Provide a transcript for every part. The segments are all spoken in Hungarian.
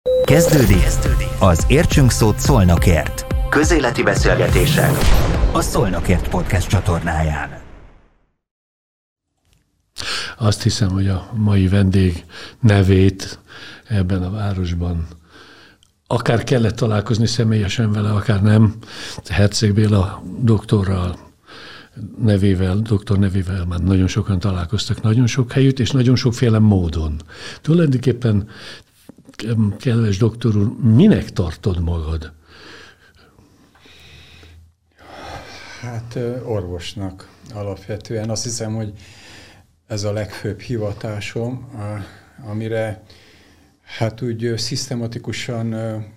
Kezdődik az Értsünk Szót Szolnokért. Közéleti beszélgetések a Szolnokért podcast csatornáján. Azt hiszem, hogy a mai vendég nevét ebben a városban akár kellett találkozni személyesen vele, akár nem. Herceg Béla doktor nevével már nagyon sokan találkoztak, nagyon sok helyütt, és nagyon sokféle módon. Tulajdonképpen, kedves doktor úr, minek tartod magad? Hát orvosnak alapvetően. Azt hiszem, hogy ez a legfőbb hivatásom, amire hát úgy szisztematikusan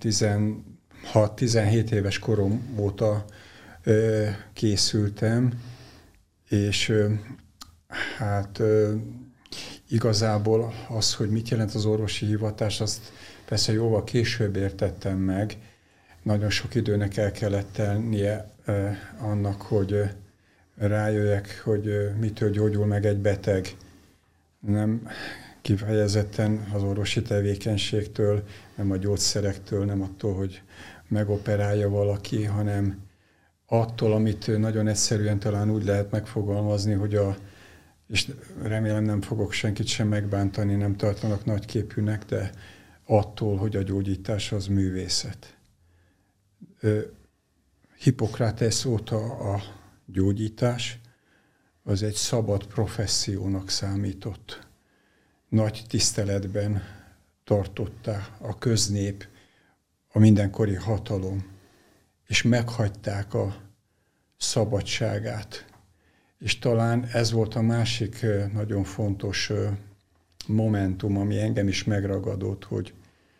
16-17 éves korom óta készültem, és hát igazából az, hogy mit jelent az orvosi hivatás, azt persze jóval később értettem meg. Nagyon sok időnek el kellett tennie annak, hogy rájöjjek, hogy mitől gyógyul meg egy beteg. Nem kifejezetten az orvosi tevékenységtől, nem a gyógyszerektől, nem attól, hogy megoperálja valaki, hanem attól, amit nagyon egyszerűen talán úgy lehet megfogalmazni, hogy és remélem nem fogok senkit sem megbántani, nem tartanak nagyképűnek, de attól, hogy a gyógyítás az művészet. Hippokrates óta a gyógyítás az egy szabad professziónak számított. Nagy tiszteletben tartotta a köznép, a mindenkori hatalom, és meghagyták a szabadságát. És talán ez volt a másik nagyon fontos momentum, ami engem is megragadott, hogy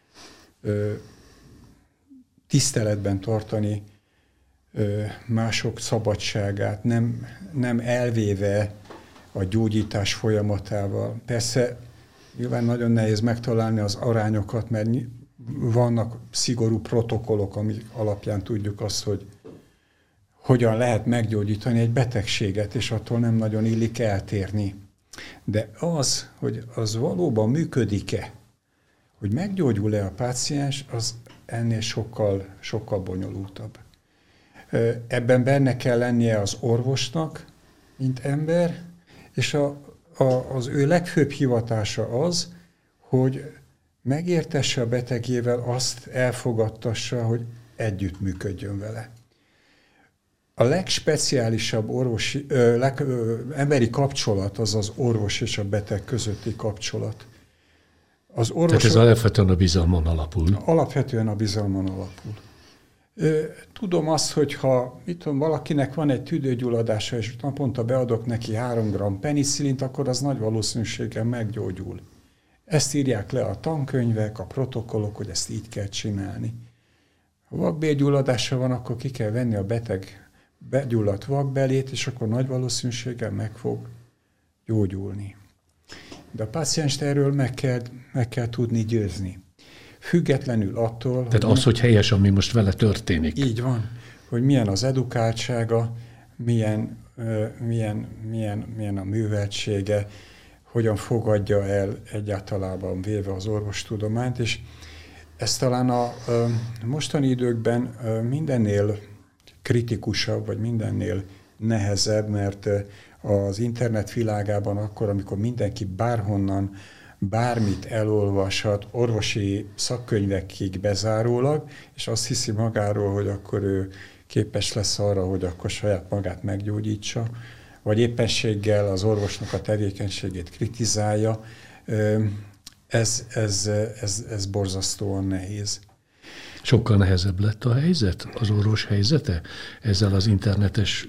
tiszteletben tartani mások szabadságát, nem elvéve a gyógyítás folyamatával. Persze nyilván nagyon nehéz megtalálni az arányokat, mert vannak szigorú protokollok, amik alapján tudjuk azt, hogy hogyan lehet meggyógyítani egy betegséget, és attól nem nagyon illik eltérni. De az, hogy az valóban működik-e, hogy meggyógyul-e a páciens, az ennél sokkal bonyolultabb. Ebben benne kell lennie az orvosnak, mint ember, és az ő legfőbb hivatása az, hogy megértesse a betegével, azt elfogadtassa, hogy együttműködjön vele. A legspeciálisabb emberi kapcsolat az az orvos és a beteg közötti kapcsolat. Tehát ez alapvetően a bizalmon alapul. Alapvetően a bizalmon alapul. Tudom azt, hogy ha valakinek van egy tüdőgyulladása, és naponta beadok neki 3 g penicillint, akkor az nagy valószínűséggel meggyógyul. Ezt írják le a tankönyvek, a protokollok, hogy ezt így kell csinálni. Ha vakbélgyulladása van, akkor ki kell venni a beteg begyulladt vakbelét, és akkor nagy valószínűséggel meg fog gyógyulni. De a pácienst erről meg kell tudni győzni. Függetlenül attól... Tehát az, hogy helyes, ami most vele történik. Így van, hogy milyen az edukáltsága, milyen a műveltsége, hogyan fogadja el egyáltalában véve az orvostudományt, és ez talán a mostani időkben mindennél kritikusabb, vagy mindennél nehezebb, mert az internet világában akkor, amikor mindenki bárhonnan bármit elolvashat, orvosi szakkönyvekig bezárólag, és azt hiszi magáról, hogy akkor ő képes lesz arra, hogy akkor saját magát meggyógyítsa, vagy éppenséggel az orvosnak a tevékenységét kritizálja, ez borzasztóan nehéz. Sokkal nehezebb lett a helyzet, az orvos helyzete ezzel az internetes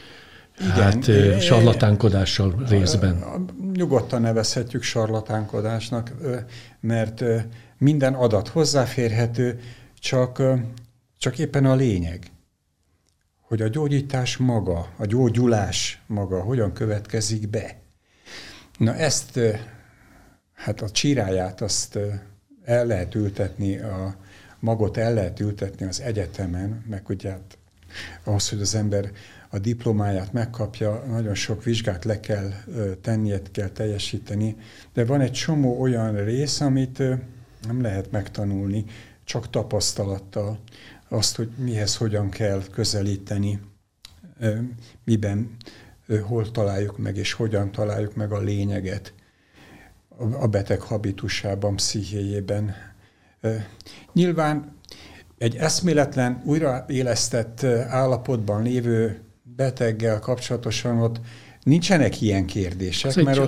sarlatánkodással részben. Nyugodtan nevezhetjük sarlatánkodásnak, mert minden adat hozzáférhető, csak éppen a lényeg, hogy a gyógyítás maga, a gyógyulás maga hogyan következik be. Na ezt, hát a csiráját azt el lehet ültetni, a magot el lehet ültetni az egyetemen, meg ugye ahhoz, hogy az ember a diplomáját megkapja, nagyon sok vizsgát le kell tennie, kell teljesíteni, de van egy csomó olyan rész, amit Nem lehet megtanulni, csak tapasztalattal azt, hogy mihez hogyan kell közelíteni, miben, hol találjuk meg, és hogyan találjuk meg a lényeget a beteg habitusában, pszichéjében. Nyilván egy eszméletlen, újraélesztett állapotban lévő beteggel kapcsolatosan ott nincsenek ilyen kérdések, mert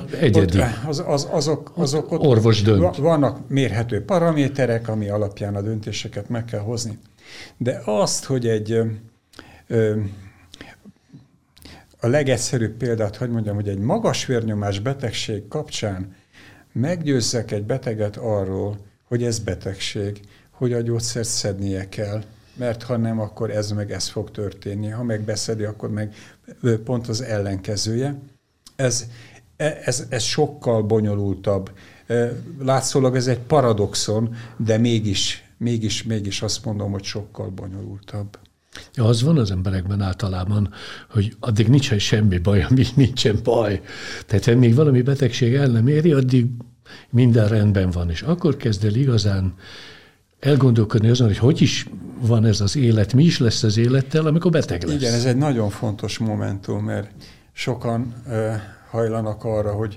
azok ott orvos dönt. Vannak mérhető paraméterek, ami alapján a döntéseket meg kell hozni. De azt, hogy a legegyszerűbb példát, hogy mondjam, hogy egy magas vérnyomás betegség kapcsán meggyőzzek egy beteget arról, hogy ez betegség, hogy a gyógyszert szednie kell, mert ha nem, akkor ez fog történni. Ha megbeszedi, akkor meg pont az ellenkezője. Ez sokkal bonyolultabb. Látszólag ez egy paradoxon, de mégis azt mondom, hogy sokkal bonyolultabb. Ja, az van az emberekben általában, hogy addig nincsen semmi baj, amíg nincsen baj. Tehát ha még valami betegség el nem éri, addig minden rendben van. És akkor kezd el igazán elgondolkodni azon, hogy is van ez az élet, mi is lesz az élettel, amikor beteg lesz. Igen, ez egy nagyon fontos momentum, mert sokan hajlanak arra, hogy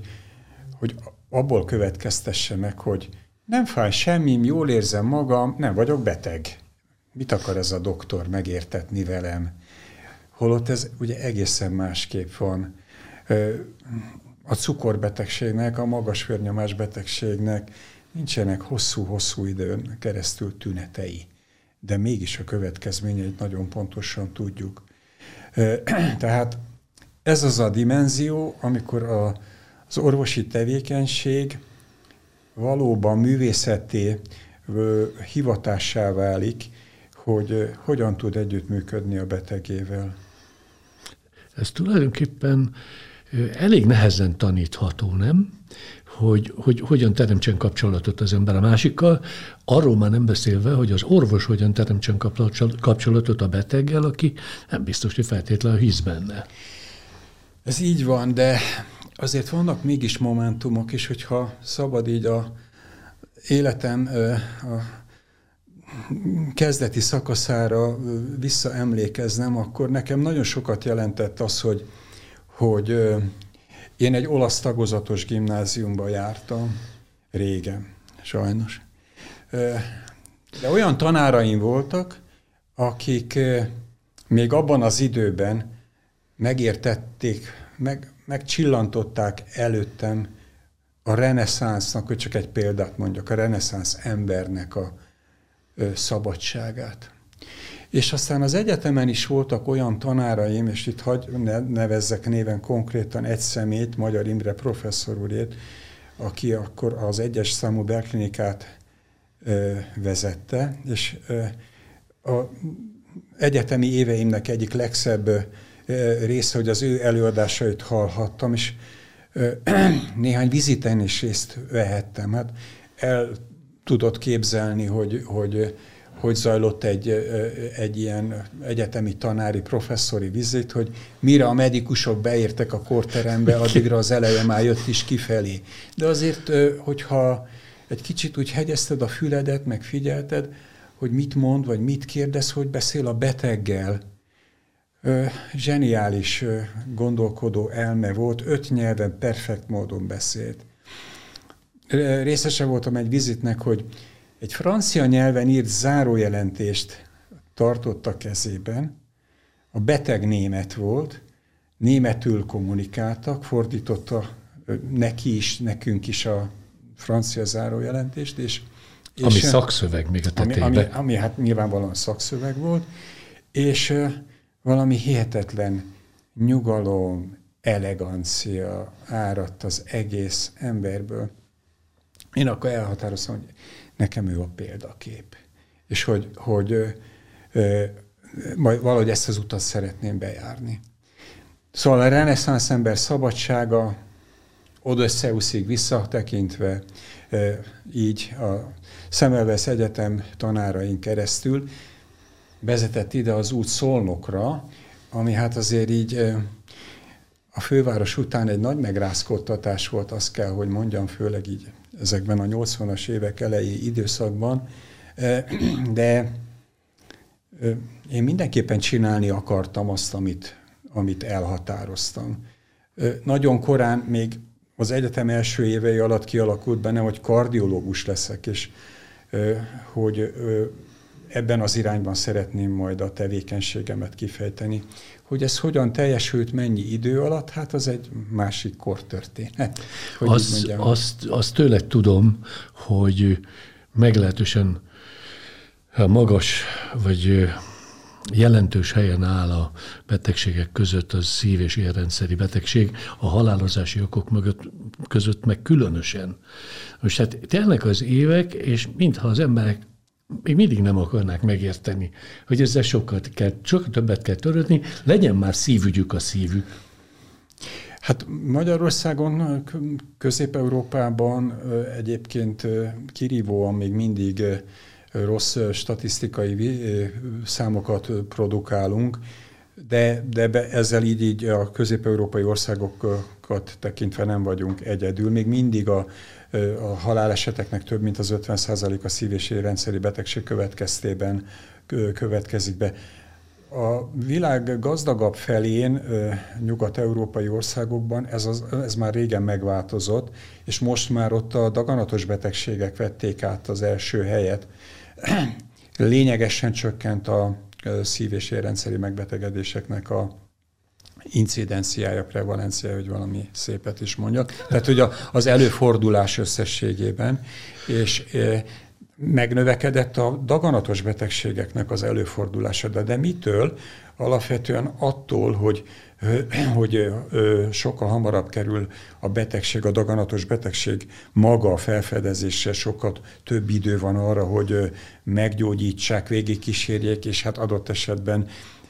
abból következtessenek, hogy nem fáj semmim, jól érzem magam, nem vagyok beteg. Mit akar ez a doktor megértetni velem? Holott ez ugye egészen másképp van. A cukorbetegségnek, a magas vérnyomás betegségnek nincsenek hosszú-hosszú időn keresztül tünetei, de mégis a következményeit nagyon pontosan tudjuk. Tehát ez az a dimenzió, amikor az orvosi tevékenység valóban művészetté, hivatássá válik, hogy hogyan tud együttműködni a betegével. Ez tulajdonképpen elég nehezen tanítható, nem? Hogy hogyan teremtsen kapcsolatot az ember a másikkal, arról már nem beszélve, hogy az orvos hogyan teremtsen kapcsolatot a beteggel, aki nem biztos, hogy feltétlenül hisz benne. Ez így van, de azért vannak mégis momentumok is, hogyha szabad így a életem a kezdeti szakaszára visszaemlékeznem, akkor nekem nagyon sokat jelentett az, hogy én egy olasz tagozatos gimnáziumba jártam, régen, sajnos. De olyan tanáraim voltak, akik még abban az időben megértették, megcsillantották előttem a reneszánsznak, hogy csak egy példát mondjak, a reneszánsz embernek a szabadságát. És aztán az egyetemen is voltak olyan tanáraim, és itt hadd nevezzek néven konkrétan egy személyt, Magyar Imre professzor úrét, aki akkor az 1-es számú belklinikát vezette, és az egyetemi éveimnek egyik legszebb része, hogy az ő előadásait hallhattam, és néhány viziten is részt vehettem. Hát el tudott képzelni, hogy zajlott egy ilyen egyetemi tanári, professzori vizit, hogy mire a medikusok beértek a kórterembe, addigra az eleje már jött is kifelé. De azért, hogyha egy kicsit úgy hegyezted a füledet, meg figyelted, hogy mit mond, vagy mit kérdez, hogy beszél a beteggel. Zseniális gondolkodó elme volt, 5 nyelven perfekt módon beszélt. Részese voltam egy vizitnek, hogy egy francia nyelven írt zárójelentést tartott a kezében, a beteg német volt, németül kommunikáltak, fordította neki is, nekünk is a francia zárójelentést. Ami szakszöveg még a tetejében. Ami hát nyilvánvalóan szakszöveg volt, és valami hihetetlen nyugalom, elegancia áradt az egész emberből. Én akkor elhatároztam, hogy nekem ő a példakép. És hogy majd valahogy ezt az utat szeretném bejárni. Szóval a reneszánsz ember szabadsága, Odysseusig visszatekintve, így a Semmelweis Egyetem tanárain keresztül vezetett ide az út Szolnokra, ami hát azért így a főváros után egy nagy megrázkódtatás volt, azt kell, hogy mondjam, főleg így ezekben a 80-as évek elejé időszakban, de én mindenképpen csinálni akartam azt, amit elhatároztam. Nagyon korán, még az egyetem első évei alatt kialakult bennem, hogy kardiológus leszek, és hogy ebben az irányban szeretném majd a tevékenységemet kifejteni. Hogy ez hogyan teljesült, mennyi idő alatt, hát az egy másik kortörténet. Azt tőled tudom, hogy meglehetősen magas vagy jelentős helyen áll a betegségek között a szív- és érrendszeri betegség, a halálozási okok között meg különösen. Most hát telnek az évek, és mintha az emberek még mindig nem akarnák megérteni, hogy ezzel sokkal többet kell törődni, legyen már szívügyük a szívük. Hát Magyarországon, Közép-Európában egyébként kirívóan még mindig rossz statisztikai számokat produkálunk, de ezzel így a közép-európai országokat tekintve nem vagyunk egyedül. Még mindig a haláleseteknek több mint az 50% a szív- és érrendszeri betegség következtében következik be. A világ gazdagabb felén, nyugat-európai országokban ez már régen megváltozott, és most már ott a daganatos betegségek vették át az első helyet. Lényegesen csökkent a szív- és érrendszeri megbetegedéseknek a incidenciája, prevalenciája, hogy valami szépet is mondjak. Tehát, hogy az előfordulás összességében, és megnövekedett a daganatos betegségeknek az előfordulása. De mitől? Alapvetően attól, hogy sokkal hamarabb kerül a betegség, a daganatos betegség maga a felfedezésre, sokkal több idő van arra, hogy meggyógyítsák, végigkísérjék, és hát adott esetben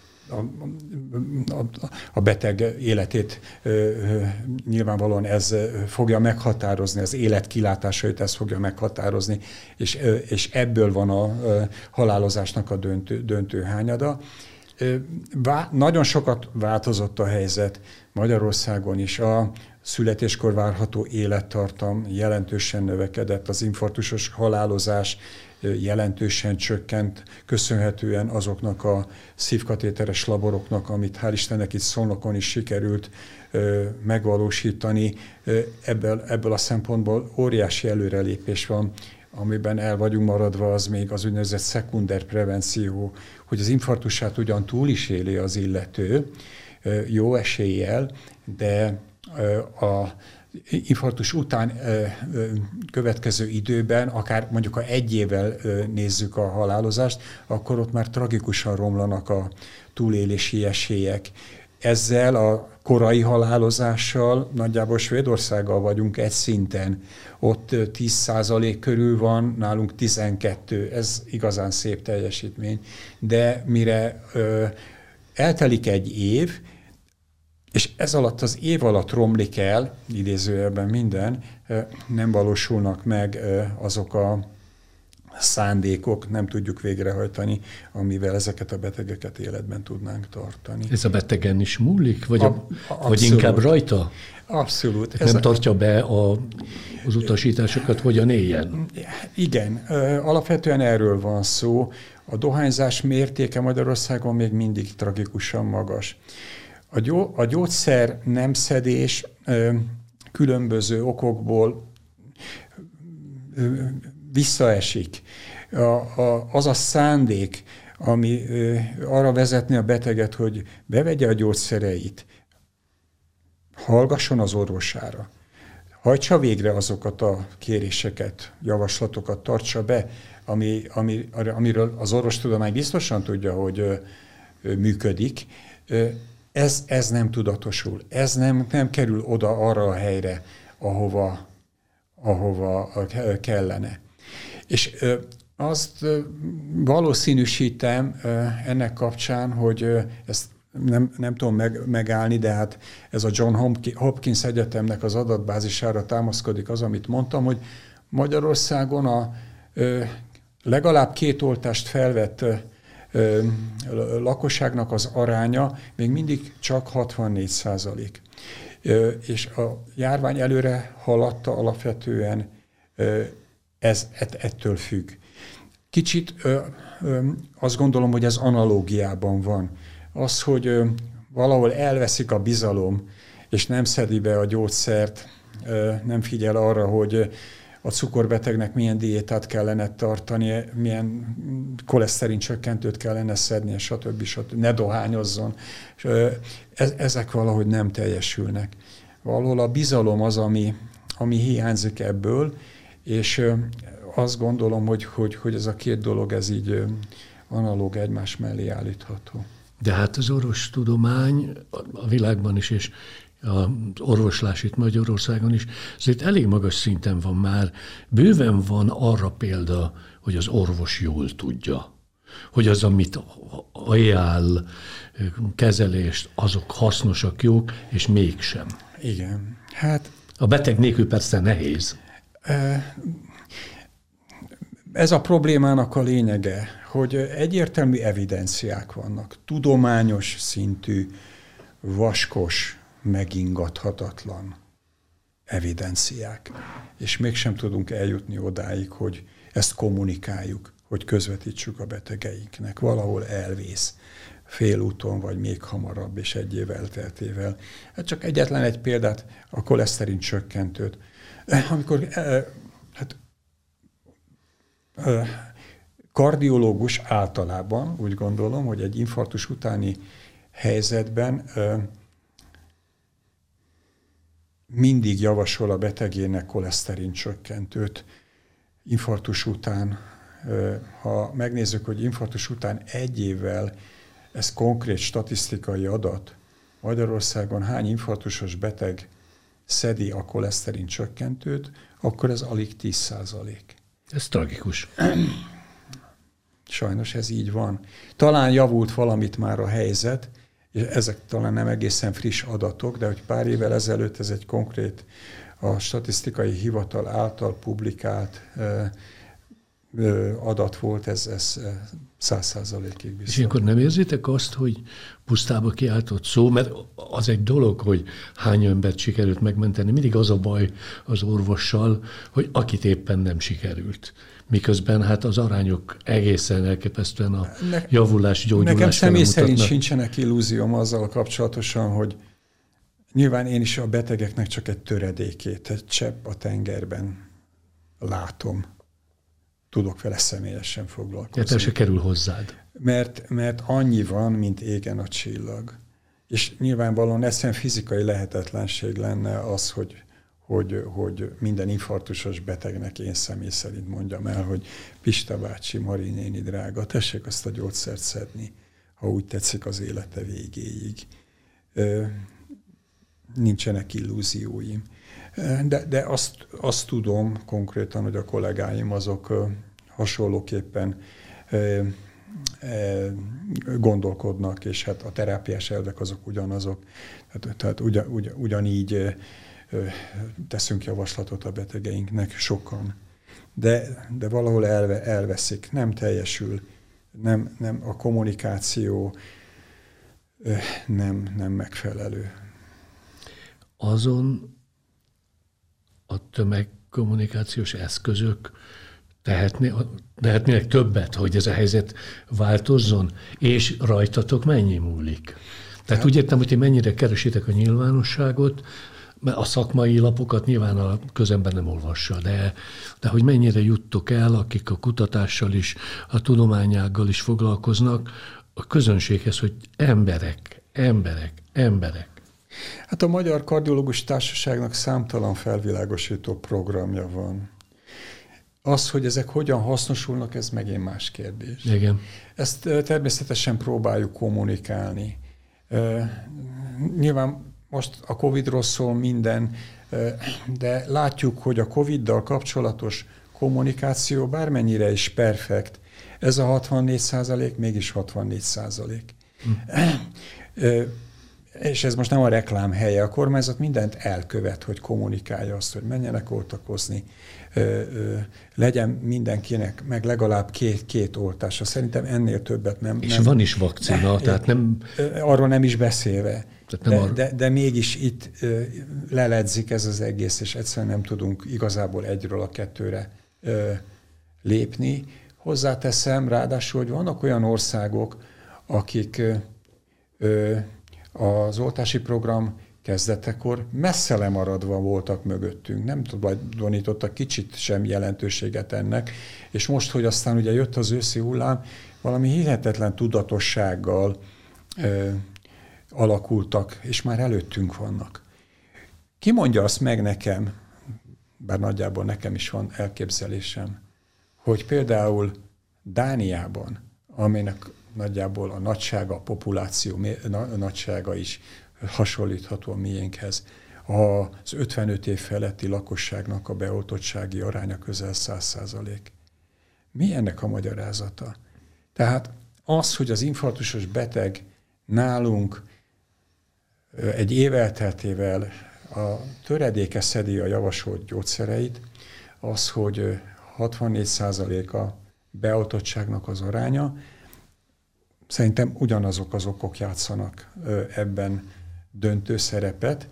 a beteg életét nyilvánvalóan ez fogja meghatározni, az élet kilátásait ez fogja meghatározni, és ebből van a halálozásnak a döntő hányada. Nagyon sokat változott a helyzet Magyarországon is. A születéskor várható élettartam jelentősen növekedett, az infarktusos halálozás jelentősen csökkent, köszönhetően azoknak a szívkatéteres laboroknak, amit hál' Istennek itt Szolnokon is sikerült megvalósítani. Ebből a szempontból óriási előrelépés van, amiben el vagyunk maradva, az még az úgynevezett szekunder prevenció, hogy az infarktusát ugyan túl is éli az illető, jó eséllyel, de a infarktus után következő időben, akár mondjuk ha egy évvel nézzük a halálozást, akkor ott már tragikusan romlanak a túlélési esélyek. Ezzel a korai halálozással nagyjából Svédországgal vagyunk egy szinten. Ott 10% körül van, nálunk 12, ez igazán szép teljesítmény. De mire eltelik egy év, és ez alatt az év alatt romlik el, idézőjelben minden, nem valósulnak meg azok a szándékok, nem tudjuk végrehajtani, amivel ezeket a betegeket életben tudnánk tartani. Ez a betegen is múlik? Vagy inkább rajta? Abszolút. Nem tartja be az utasításokat, hogyan éljen? Igen, alapvetően erről van szó. A dohányzás mértéke Magyarországon még mindig tragikusan magas. A gyógyszer nemszedés különböző okokból visszaesik. Az a szándék, ami arra vezetné a beteget, hogy bevegye a gyógyszereit, hallgasson az orvosára, hajtsa végre azokat a kéréseket, javaslatokat, tartsa be, amiről az orvostudomány biztosan tudja, hogy működik. Ez nem tudatosul, ez nem kerül oda arra a helyre, ahova kellene. És azt valószínűsítem ennek kapcsán, hogy ezt nem tudom megállni, de hát ez a John Hopkins Egyetemnek az adatbázisára támaszkodik az, amit mondtam, hogy Magyarországon a legalább 2 oltást felvett lakosságnak az aránya még mindig csak 64%. És a járvány előre haladta alapvetően Ez ettől függ. Kicsit azt gondolom, hogy ez analógiában van. Az, hogy valahol elveszik a bizalom, és nem szedi be a gyógyszert, nem figyel arra, hogy a cukorbetegnek milyen diétát kellene tartani, milyen koleszterin csökkentőt kellene szednie, stb. Ne dohányozzon. Ezek valahogy nem teljesülnek. Valahol a bizalom az, ami hiányzik ebből, és azt gondolom, hogy ez a két dolog, ez így analóg egymás mellé állítható. De hát az orvostudomány a világban is, és az orvoslás itt Magyarországon is, azért elég magas szinten van már. Bőven van arra példa, hogy az orvos jól tudja, hogy az, amit ajánl, kezelést, azok hasznosak, jók, és mégsem. Igen. Hát a beteg nélkül persze nehéz. Ez a problémának a lényege, hogy egyértelmű evidenciák vannak, tudományos szintű, vaskos, megingathatatlan evidenciák. És mégsem tudunk eljutni odáig, hogy ezt kommunikáljuk, hogy közvetítsük a betegeinknek. Valahol elvész félúton, vagy még hamarabb, és egy év elteltével. Hát csak egyetlen egy példát, a koleszterin csökkentőt. Amikor kardiológus általában úgy gondolom, hogy egy infarktus utáni helyzetben mindig javasol a betegének koleszterin csökkentőt infarktus után. Ha megnézzük, hogy infarktus után egy évvel, ez konkrét statisztikai adat, Magyarországon hány infarktusos beteg szedi a koleszterin csökkentőt, akkor ez alig 10%. Ez tragikus. Sajnos ez így van. Talán javult valamit már a helyzet, és ezek talán nem egészen friss adatok, de hogy pár évvel ezelőtt ez egy konkrét, a statisztikai hivatal által publikált adat volt, ez 100%-ig biztos. És ilyenkor nem érzitek azt, hogy pusztába kiáltott szó, mert az egy dolog, hogy hány embert sikerült megmenteni, mindig az a baj az orvossal, hogy akit éppen nem sikerült. Miközben hát az arányok egészen elképesztően a javulás, gyógyulás. Nekem személy szerint sincsenek illúzióm azzal kapcsolatosan, hogy nyilván én is a betegeknek csak egy töredékét, egy csepp a tengerben látom. Tudok vele személyesen foglalkozni. Ja, se kerül hozzád. Mert annyi van, mint égen a csillag. És nyilvánvalóan egyszerűen fizikai lehetetlenség lenne az, hogy minden infarktusos betegnek én személy szerint mondjam el, hogy Pista bácsi, Mari néni drága, tessék azt a gyógyszert szedni, ha úgy tetszik az élete végéig. Nincsenek illúzióim. De azt tudom konkrétan, hogy a kollégáim azok hasonlóképpen gondolkodnak, és hát a terápiás elvek azok ugyanazok. Tehát ugyanígy teszünk javaslatot a betegeinknek sokan. De valahol elveszik, nem teljesül, nem a kommunikáció nem megfelelő. Azon a tömegkommunikációs eszközök tehetnének többet, hogy ez a helyzet változzon, és rajtatok mennyi múlik? Tehát úgy értem, hogy ti mennyire keresitek a nyilvánosságot, mert a szakmai lapokat nyilván a közember nem olvassa, de hogy mennyire juttok el, akik a kutatással is, a tudományággal is foglalkoznak, a közönséghez, hogy emberek. Hát a Magyar Kardiológus Társaságnak számtalan felvilágosító programja van. Az, hogy ezek hogyan hasznosulnak, ez megint más kérdés. Igen. Ezt természetesen próbáljuk kommunikálni. Nyilván most a Covid-ról szól minden, de látjuk, hogy a Covid-dal kapcsolatos kommunikáció bármennyire is perfekt, ez a 64% mégis 64%. És ez most nem a reklám helye. A kormányzat mindent elkövet, hogy kommunikálja azt, hogy menjenek oltakozni, legyen mindenkinek meg legalább két oltása. Szerintem ennél többet nem. És van is vakcina, tehát nem... Arról nem is beszélve. De mégis itt leledzik ez az egész, és egyszerűen nem tudunk igazából egyről a kettőre lépni. Hozzáteszem, ráadásul, hogy vannak olyan országok, akik az oltási program kezdetekor messze lemaradva voltak mögöttünk, nem tulajdonítottak kicsit sem jelentőséget ennek, és most, hogy aztán ugye jött az őszi hullám, valami hihetetlen tudatossággal alakultak, és már előttünk vannak. Ki mondja azt meg nekem, bár nagyjából nekem is van elképzelésem, hogy például Dániában, aminek nagyjából a nagysága, a populáció nagysága is hasonlítható a miénkhez, az 55 év feletti lakosságnak a beoltottsági aránya közel 100%. Mi ennek a magyarázata? Tehát az, hogy az infarktusos beteg nálunk egy év elteltével a töredéke szedi a javasolt gyógyszereit, az, hogy 64% a beoltottságnak az aránya, szerintem ugyanazok az okok játszanak ebben döntő szerepet.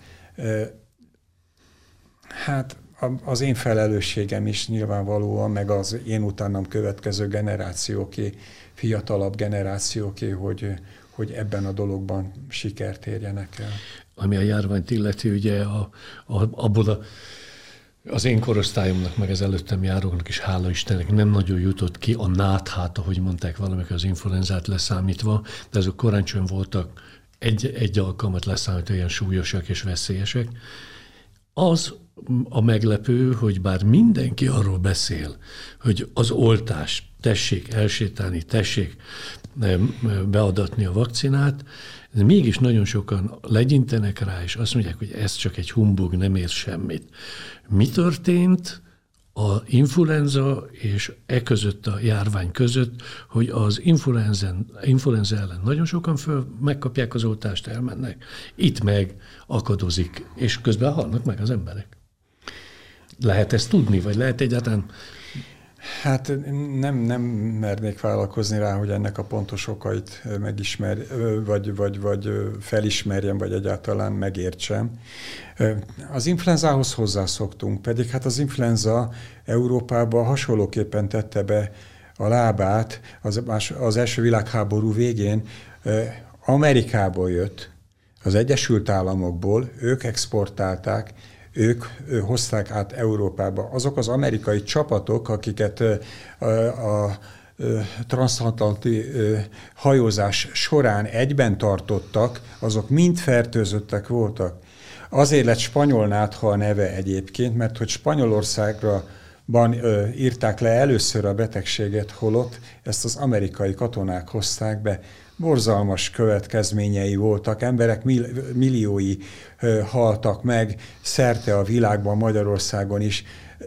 Hát az én felelősségem is nyilvánvalóan, meg az én utánam következő generációké, fiatalabb generációké, hogy ebben a dologban sikert érjenek el. Ami a járványt illeti, ugye abból az én korosztályomnak, meg az előttem járóknak is, hála Istennek, nem nagyon jutott ki a náthát, ahogy mondták valamikor az influenzát leszámítva, de azok korántsön voltak egy alkalmat leszámítva ilyen súlyosak és veszélyesek. Az a meglepő, hogy bár mindenki arról beszél, hogy az oltás, tessék elsétálni, tessék beadatni a vakcinát, de mégis nagyon sokan legyintenek rá, és azt mondják, hogy ez csak egy humbug, nem ér semmit. Mi történt a influenza és között a járvány között, hogy az influenza ellen nagyon sokan megkapják az oltást, elmennek, itt meg akadozik, és közben halnak meg az emberek. Lehet ezt tudni, vagy lehet egyáltalán... Hát nem mernék vállalkozni rá, hogy ennek a pontos okait vagy felismerjem, vagy egyáltalán megértsem. Az influenzához hozzászoktunk, pedig hát az influenza Európában hasonlóképpen tette be a lábát az első világháború végén. Amerikából jött, az Egyesült Államokból, ők exportálták, ők hozták át Európába. Azok az amerikai csapatok, akiket a transzatlanti hajózás során egyben tartottak, azok mind fertőzöttek voltak. Azért lett spanyol nátha a neve egyébként, mert hogy Spanyolországban írták le először a betegséget, holott ezt az amerikai katonák hozták be. Borzalmas következményei voltak, emberek milliói haltak meg, szerte a világban, Magyarországon is.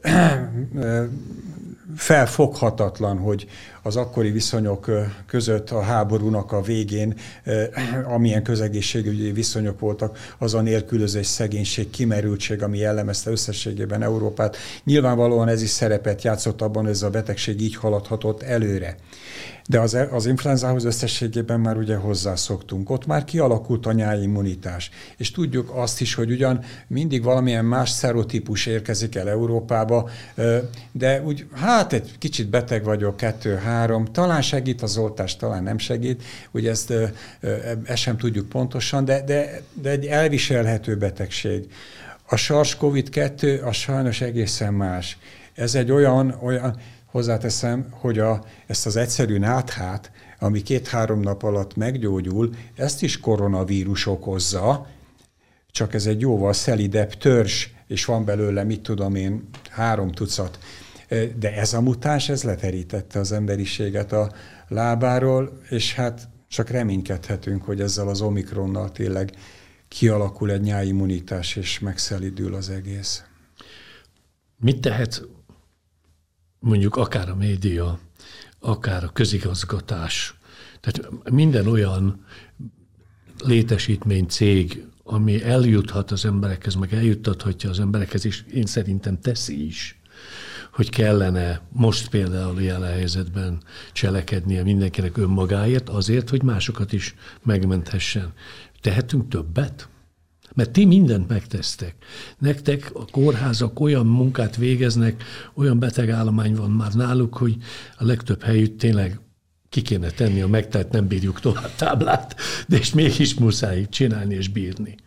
Felfoghatatlan, hogy az akkori viszonyok között a háborúnak a végén, amilyen közegészségügyi viszonyok voltak, az a nélkülözés, szegénység, kimerültség, ami jellemezte összességében Európát. Nyilvánvalóan ez is szerepet játszott abban, hogy ez a betegség így haladhatott előre. De az influenzához összességében már ugye hozzászoktunk. Ott már kialakult a nyáimmunitás. És tudjuk azt is, hogy ugyan mindig valamilyen más szerotípus érkezik el Európába, de úgy, hát egy kicsit beteg vagyok, 2-3, talán segít az oltás, talán nem segít, ugye ezt sem tudjuk pontosan, de egy elviselhető betegség. A SARS-CoV-2 az sajnos egészen más. Ez egy olyan hozzáteszem, hogy ezt az egyszerű náthát, ami 2-3 nap alatt meggyógyul, ezt is koronavírus okozza, csak ez egy jóval szelidebb törzs, és van belőle, mit tudom én, 3 tucat. De ez a mutáns, ez leterítette az emberiséget a lábáról, és hát csak reménykedhetünk, hogy ezzel az Omikronnal tényleg kialakul egy nyáimmunitás, és megszelidül az egész. Mit tehet mondjuk akár a média, akár a közigazgatás, tehát minden olyan létesítmény, cég, ami eljuthat az emberekhez, meg eljuttathatja az emberekhez, és én szerintem teszi is, hogy kellene most például jelen helyzetben cselekednie mindenkinek önmagáért, azért, hogy másokat is megmenthessen. tehetünk többet? Mert ti mindent megtesztek. Nektek a kórházak olyan munkát végeznek, olyan betegállomány van már náluk, hogy a legtöbb helyütt tényleg ki kéne tenni a megtelt nem bírjuk tovább táblát, de és mégis muszáj csinálni és bírni.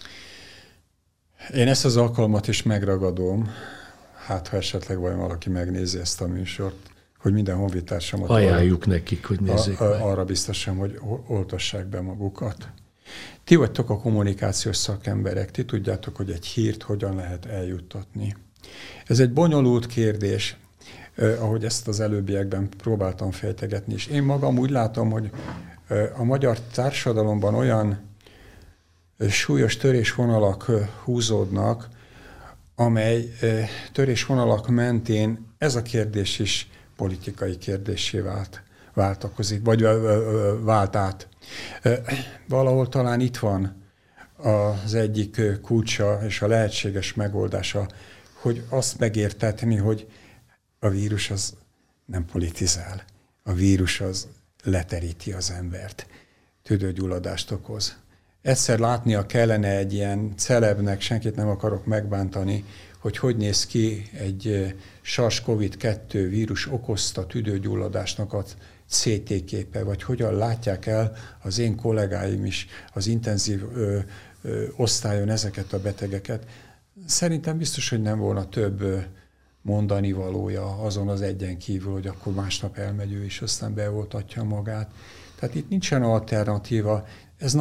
Én ezt az alkalmat is megragadom, hát ha esetleg valaki megnézi ezt a műsort, hogy minden honfitársamat ajánljuk nekik, hogy nézzék arra biztosan, hogy oltassák be magukat. Ti vagytok a kommunikációs szakemberek, ti tudjátok, hogy egy hírt hogyan lehet eljuttatni. Ez egy bonyolult kérdés, ahogy ezt az előbbiekben próbáltam fejtegetni, és én magam úgy látom, hogy a magyar társadalomban olyan súlyos törésvonalak húzódnak, amely törésvonalak mentén ez a kérdés is politikai kérdéssé váltakozik, vagy vált át. Valahol talán itt van az egyik kulcsa és a lehetséges megoldása, hogy azt megértetni, hogy a vírus az nem politizál. A vírus az leteríti az embert. Tüdőgyulladást okoz. Egyszer látnia kellene egy ilyen celebnek, senkit nem akarok megbántani, hogy néz ki egy SARS-CoV-2 vírus okozta tüdőgyulladásnak a CT képe, vagy hogyan látják el az én kollégáim is az intenzív osztályon ezeket a betegeket. Szerintem biztos, hogy nem volna több mondani valója azon az egyen kívül, hogy akkor másnap elmegy ő is, aztán beoltatja magát. Tehát itt nincsen alternatíva. Ez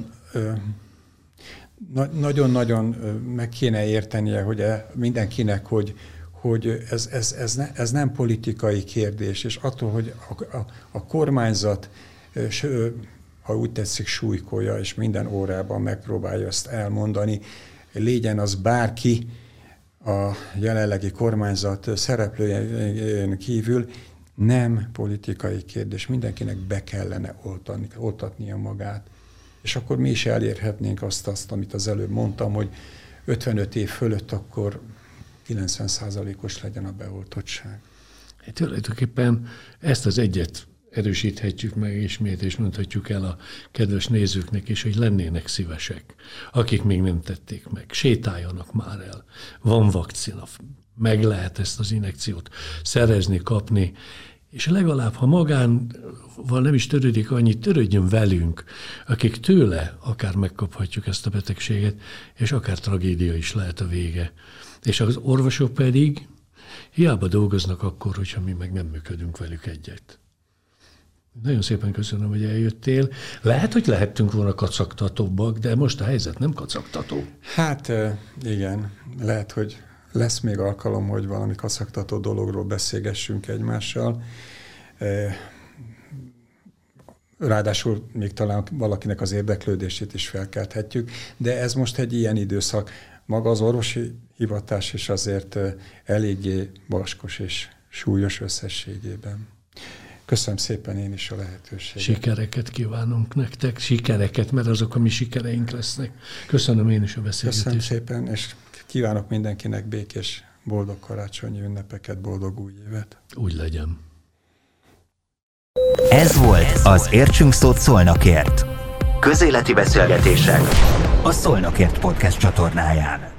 nagyon-nagyon meg kéne értenie, hogy mindenkinek, hogy ez nem politikai kérdés, és attól, hogy a kormányzat, ha úgy tetszik, súlykolja, és minden órában megpróbálja ezt elmondani, legyen az bárki a jelenlegi kormányzat szereplőjén kívül, nem politikai kérdés. Mindenkinek be kellene oltatnia magát. És akkor mi is elérhetnénk azt, amit az előbb mondtam, hogy 55 év fölött akkor 90%-os legyen a beoltottság. Tulajdonképpen ezt az egyet erősíthetjük meg ismét, és mondhatjuk el a kedves nézőknek is, hogy lennének szívesek, akik még nem tették meg. Sétáljanak már el. Van vakcina, meg lehet ezt az injekciót szerezni, kapni, és legalább, ha magánval nem is törődik annyit, törődjön velünk, akik tőle akár megkaphatjuk ezt a betegséget, és akár tragédia is lehet a vége. És az orvosok pedig hiába dolgoznak akkor, hogyha mi meg nem működünk velük egyet. Nagyon szépen köszönöm, hogy eljöttél. Lehet, hogy lehettünk volna kacagtatóbbak, de most a helyzet nem kacagtató. Hát igen, lehet, hogy lesz még alkalom, hogy valami kacagtató dologról beszélgessünk egymással. Ráadásul még talán valakinek az érdeklődését is felkelthetjük, de ez most egy ilyen időszak. Maga az orvosi hivatás is azért eléggé vaskos és súlyos összességében. Köszönöm szépen én is a lehetőséget. Sikereket kívánunk nektek, sikereket, mert azok a mi sikereink lesznek. Köszönöm én is a beszélgetést. Köszönöm szépen, és kívánok mindenkinek békés, boldog karácsonyi ünnepeket, boldog új évet. Úgy legyen. Ez volt az Értsünk Szót Szolnokért. Közéleti beszélgetések a Szolnokért podcast csatornáján.